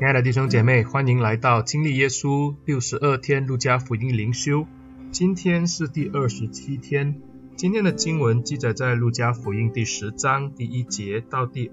亲爱的弟兄姐妹，欢迎来到经历耶稣62天路加福音灵修。今天是第27天，今天的经文记载在路加福音第10章第1节到第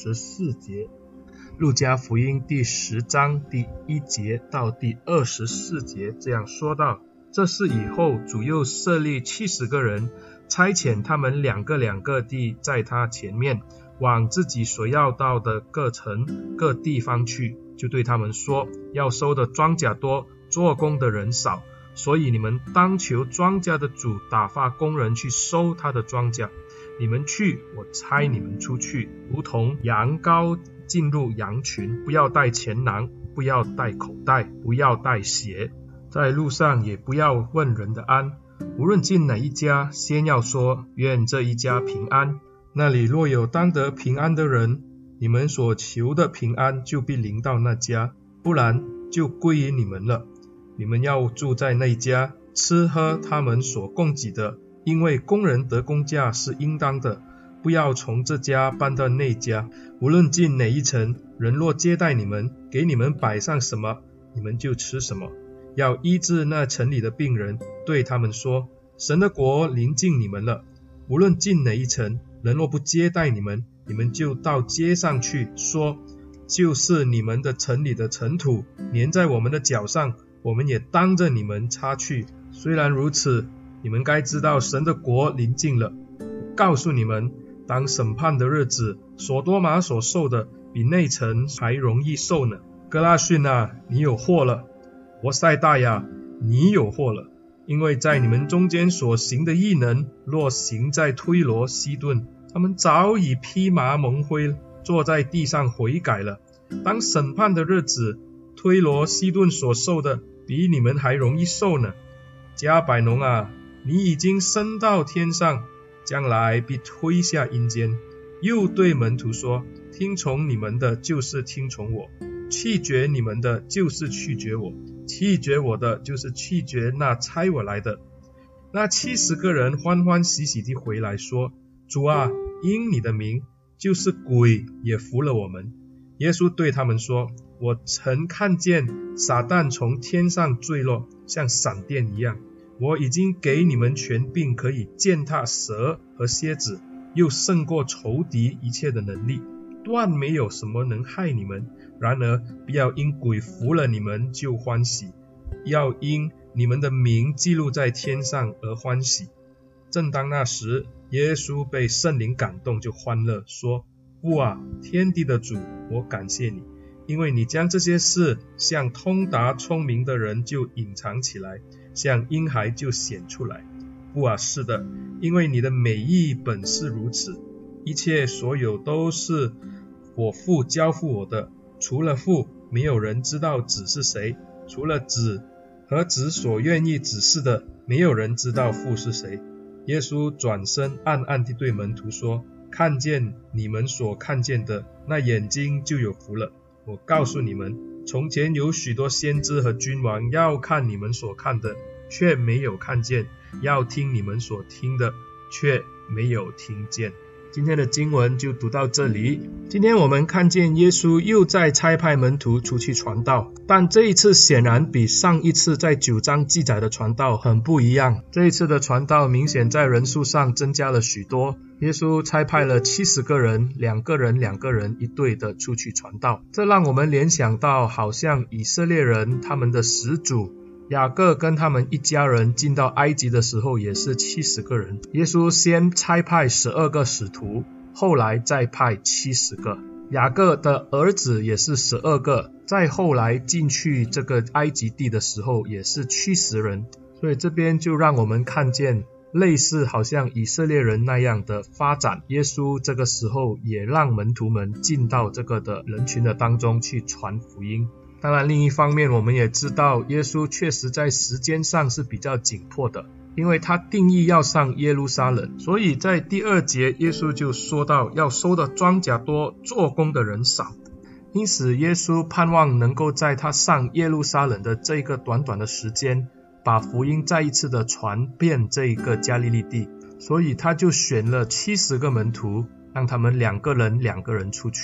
24节。路加福音第10章第1节到第24节这样说道：这事以后，主又设立70个人，差遣他们两个地在他前面，往自己所要到的各城各地方去，就对他们说，要收的庄稼多，做工的人少，所以你们当求庄稼的主打发工人去收他的庄稼。你们去，我差你们出去，如同羊羔进入羊群，不要带钱囊，不要带口袋，不要带鞋，在路上也不要问人的安。无论进哪一家，先要说，愿这一家平安。那里若有当得平安的人，你们所求的平安就必临到那家，不然就归于你们了。你们要住在那家，吃喝他们所供给的，因为工人得工价是应当的，不要从这家搬到那家。无论进哪一城，人若接待你们，给你们摆上什么，你们就吃什么。要医治那城里的病人，对他们说，神的国临近你们了。无论进哪一城，人若不接待你们，你们就到街上去说，就是你们的城里的尘土粘在我们的脚上，我们也当着你们擦去。虽然如此，你们该知道神的国临近了。我告诉你们，当审判的日子，所多玛所受的比那城还容易受呢。哥拉汛啊，你有祸了；伯赛大呀，你有祸了。因为在你们中间所行的异能，若行在推罗、西顿，他们早已披麻蒙灰，坐在地上悔改了。当审判的日子，推罗、西顿所受的比你们还容易受呢。迦百农啊，你已经升到天上，将来必推下阴间。又对门徒说，听从你们的就是听从我，弃绝你们的就是弃绝我，弃绝我的就是弃绝那差我来的。那70个人欢欢喜喜地回来说，主啊，因你的名，就是鬼也服了我们。耶稣对他们说，我曾看见撒旦从天上坠落，像闪电一样。我已经给你们权柄，可以践踏蛇和蝎子，又胜过仇敌一切的能力，断没有什么能害你们。然而不要因鬼服了你们就欢喜，要因你们的名记录在天上而欢喜。正当那时，耶稣被圣灵感动，就欢乐，说，父啊，天地的主，我感谢你，因为你将这些事向通达聪明的人就隐藏起来，向婴孩就显出来。父啊，是的，因为你的美意本是如此。一切所有都是我父交付我的，除了父，没有人知道子是谁；除了子和子所愿意指示的，没有人知道父是谁。耶稣转身暗暗地对门徒说，看见你们所看见的，那眼睛就有福了。我告诉你们，从前有许多先知和君王要看你们所看的，却没有看见；要听你们所听的，却没有听见。今天的经文就读到这里。今天我们看见耶稣又在差派门徒出去传道，但这一次显然比上一次在9章记载的传道很不一样。这一次的传道明显在人数上增加了许多。耶稣差派了70个人，两个人一队的出去传道。这让我们联想到好像以色列人他们的始祖雅各跟他们一家人进到埃及的时候也是70个人。耶稣先差派12个使徒，后来再派70个。雅各的儿子也是12个，再后来进去这个埃及地的时候也是70人。所以这边就让我们看见类似好像以色列人那样的发展。耶稣这个时候也让门徒们进到这个的人群的当中去传福音。当然另一方面我们也知道，耶稣确实在时间上是比较紧迫的，因为他定义要上耶路撒冷，所以在第2节耶稣就说到，要收的庄稼多，做工的人少。因此耶稣盼望能够在他上耶路撒冷的这个短短的时间，把福音再一次的传遍这一个加利利地，所以他就选了70个门徒，让他们两个人出去。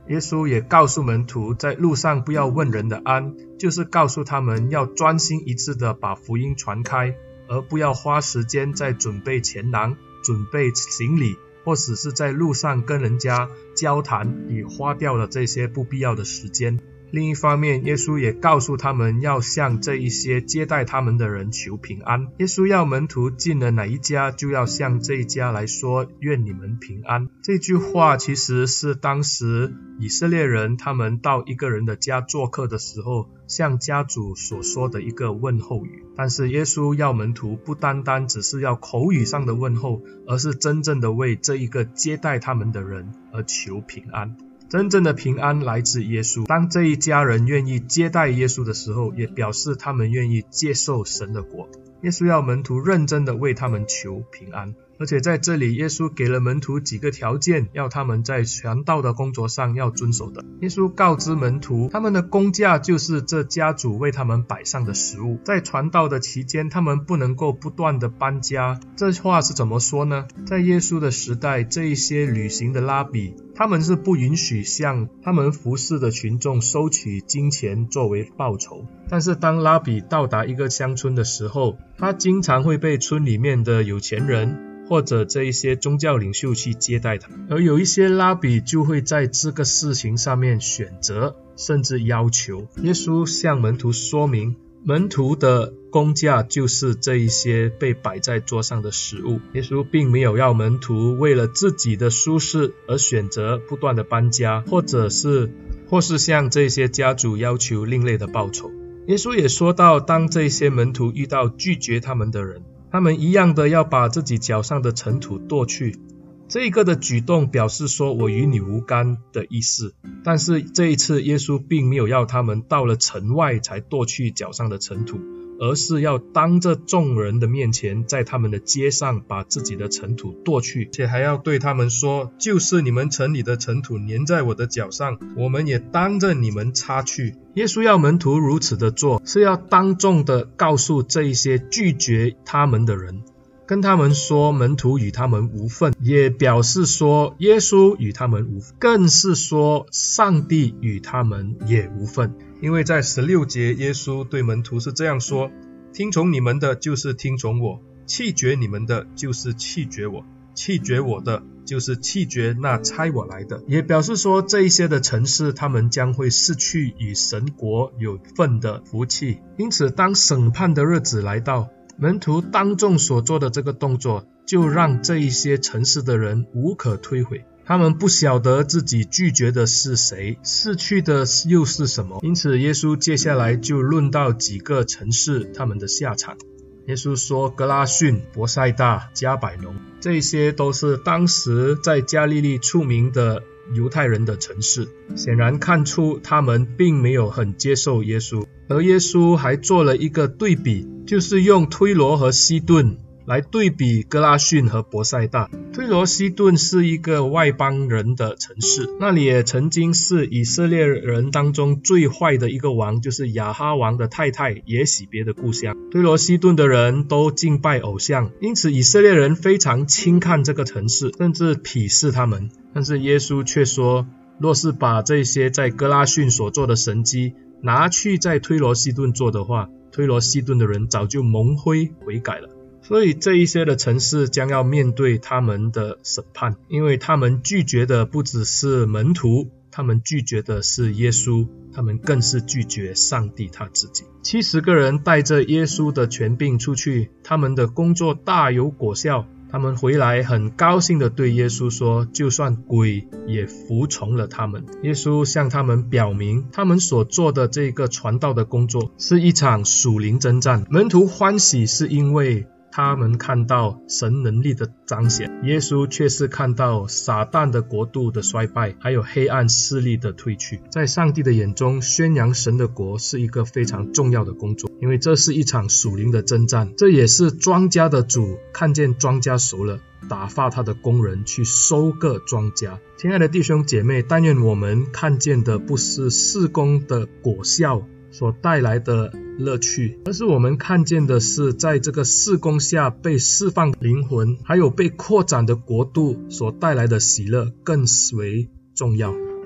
耶稣也告诉门徒，在路上不要问人的安，就是告诉他们要专心一致的把福音传开，而不要花时间在准备钱囊、准备行李，或者是在路上跟人家交谈，也花掉了这些不必要的时间。另一方面，耶稣也告诉他们要向这一些接待他们的人求平安。耶稣要门徒进了哪一家，就要向这一家来说愿你们平安。这句话其实是当时以色列人他们到一个人的家做客的时候，向家主所说的一个问候语。但是耶稣要门徒不单单只是要口语上的问候，而是真正的为这一个接待他们的人而求平安。真正的平安来自耶稣。当这一家人愿意接待耶稣的时候，也表示他们愿意接受神的国。耶稣要门徒认真的为他们求平安。而且在这里，耶稣给了门徒几个条件，要他们在传道的工作上要遵守的。耶稣告知门徒，他们的工价就是这家主为他们摆上的食物。在传道的期间，他们不能够不断的搬家。这话是怎么说呢？在耶稣的时代，这一些旅行的拉比，他们是不允许向他们服侍的群众收取金钱作为报酬。但是当拉比到达一个乡村的时候，他经常会被村里面的有钱人或者这一些宗教领袖去接待他，而有一些拉比就会在这个事情上面选择甚至要求。耶稣向门徒说明，门徒的工价就是这一些被摆在桌上的食物。耶稣并没有要门徒为了自己的舒适而选择不断的搬家，或是向这些家主要求另类的报酬。耶稣也说到，当这些门徒遇到拒绝他们的人，他们一样的要把自己脚上的尘土跺去。这个的举动表示说我与你无干的意思，但是这一次耶稣并没有要他们到了城外才跺去脚上的尘土，而是要当着众人的面前，在他们的街上把自己的尘土跺去，且还要对他们说，就是你们城里的尘土粘在我的脚上，我们也当着你们擦去。耶稣要门徒如此的做，是要当众的告诉这一些拒绝他们的人，跟他们说门徒与他们无份，也表示说耶稣与他们无份，更是说上帝与他们也无份。因为在16节，耶稣对门徒是这样说，听从你们的就是听从我，弃绝你们的就是弃绝我，弃绝我的就是弃绝那差我来的。也表示说这一些的城市，他们将会失去与神国有份的福气。因此当审判的日子来到，门徒当众所做的这个动作，就让这一些城市的人无可推诿。他们不晓得自己拒绝的是谁，失去的又是什么。因此耶稣接下来就论到几个城市他们的下场。耶稣说格拉逊、伯赛大、加百农，这些都是当时在加利利出名的犹太人的城市。显然看出他们并没有很接受耶稣，而耶稣还做了一个对比，就是用推罗和西顿来对比格拉逊和伯赛大。推罗西顿是一个外邦人的城市，那里也曾经是以色列人当中最坏的一个王，就是亚哈王的太太耶洗别的故乡。推罗西顿的人都敬拜偶像，因此以色列人非常轻看这个城市，甚至鄙视他们。但是耶稣却说，若是把这些在哥拉逊所做的神迹拿去在推罗西顿做的话，推罗西顿的人早就蒙灰悔改了。所以这一些的城市将要面对他们的审判，因为他们拒绝的不只是门徒，他们拒绝的是耶稣，他们更是拒绝上帝他自己。70个人带着耶稣的权柄出去，他们的工作大有果效。他们回来很高兴地对耶稣说，就算鬼也服从了他们。耶稣向他们表明，他们所做的这个传道的工作是一场属灵征战。门徒欢喜是因为他们看到神能力的彰显，耶稣却是看到撒旦的国度的衰败，还有黑暗势力的退去。在上帝的眼中，宣扬神的国是一个非常重要的工作，因为这是一场属灵的征战。这也是庄稼的主看见庄稼熟了，打发他的工人去收割庄稼。亲爱的弟兄姐妹，但愿我们看见的不是事工的果效所带来的乐趣，而是我们看见的是在这个事工下被释放的灵魂，还有被扩展的国度所带来的喜乐更为重要。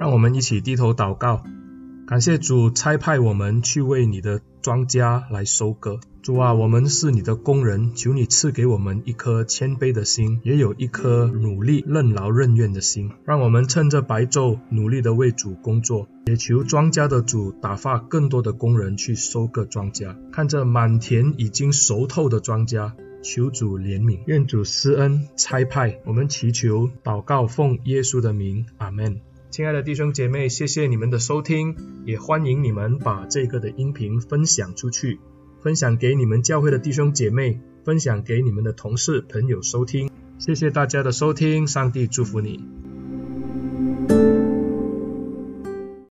让我们一起低头祷告。感谢主差派我们去为你的庄稼来收割。主啊，我们是你的工人，求你赐给我们一颗谦卑的心，也有一颗努力任劳任怨的心，让我们趁着白昼努力的为主工作，也求庄稼的主打发更多的工人去收割庄稼。看着满田已经熟透的庄稼，求主怜悯，愿主施恩差派，我们祈求祷告奉耶稣的名，阿们。亲爱的弟兄姐妹，谢谢你们的收听，也欢迎你们把这个的音频分享出去，分享给你们教会的弟兄姐妹，分享给你们的同事朋友收听。谢谢大家的收听，上帝祝福你。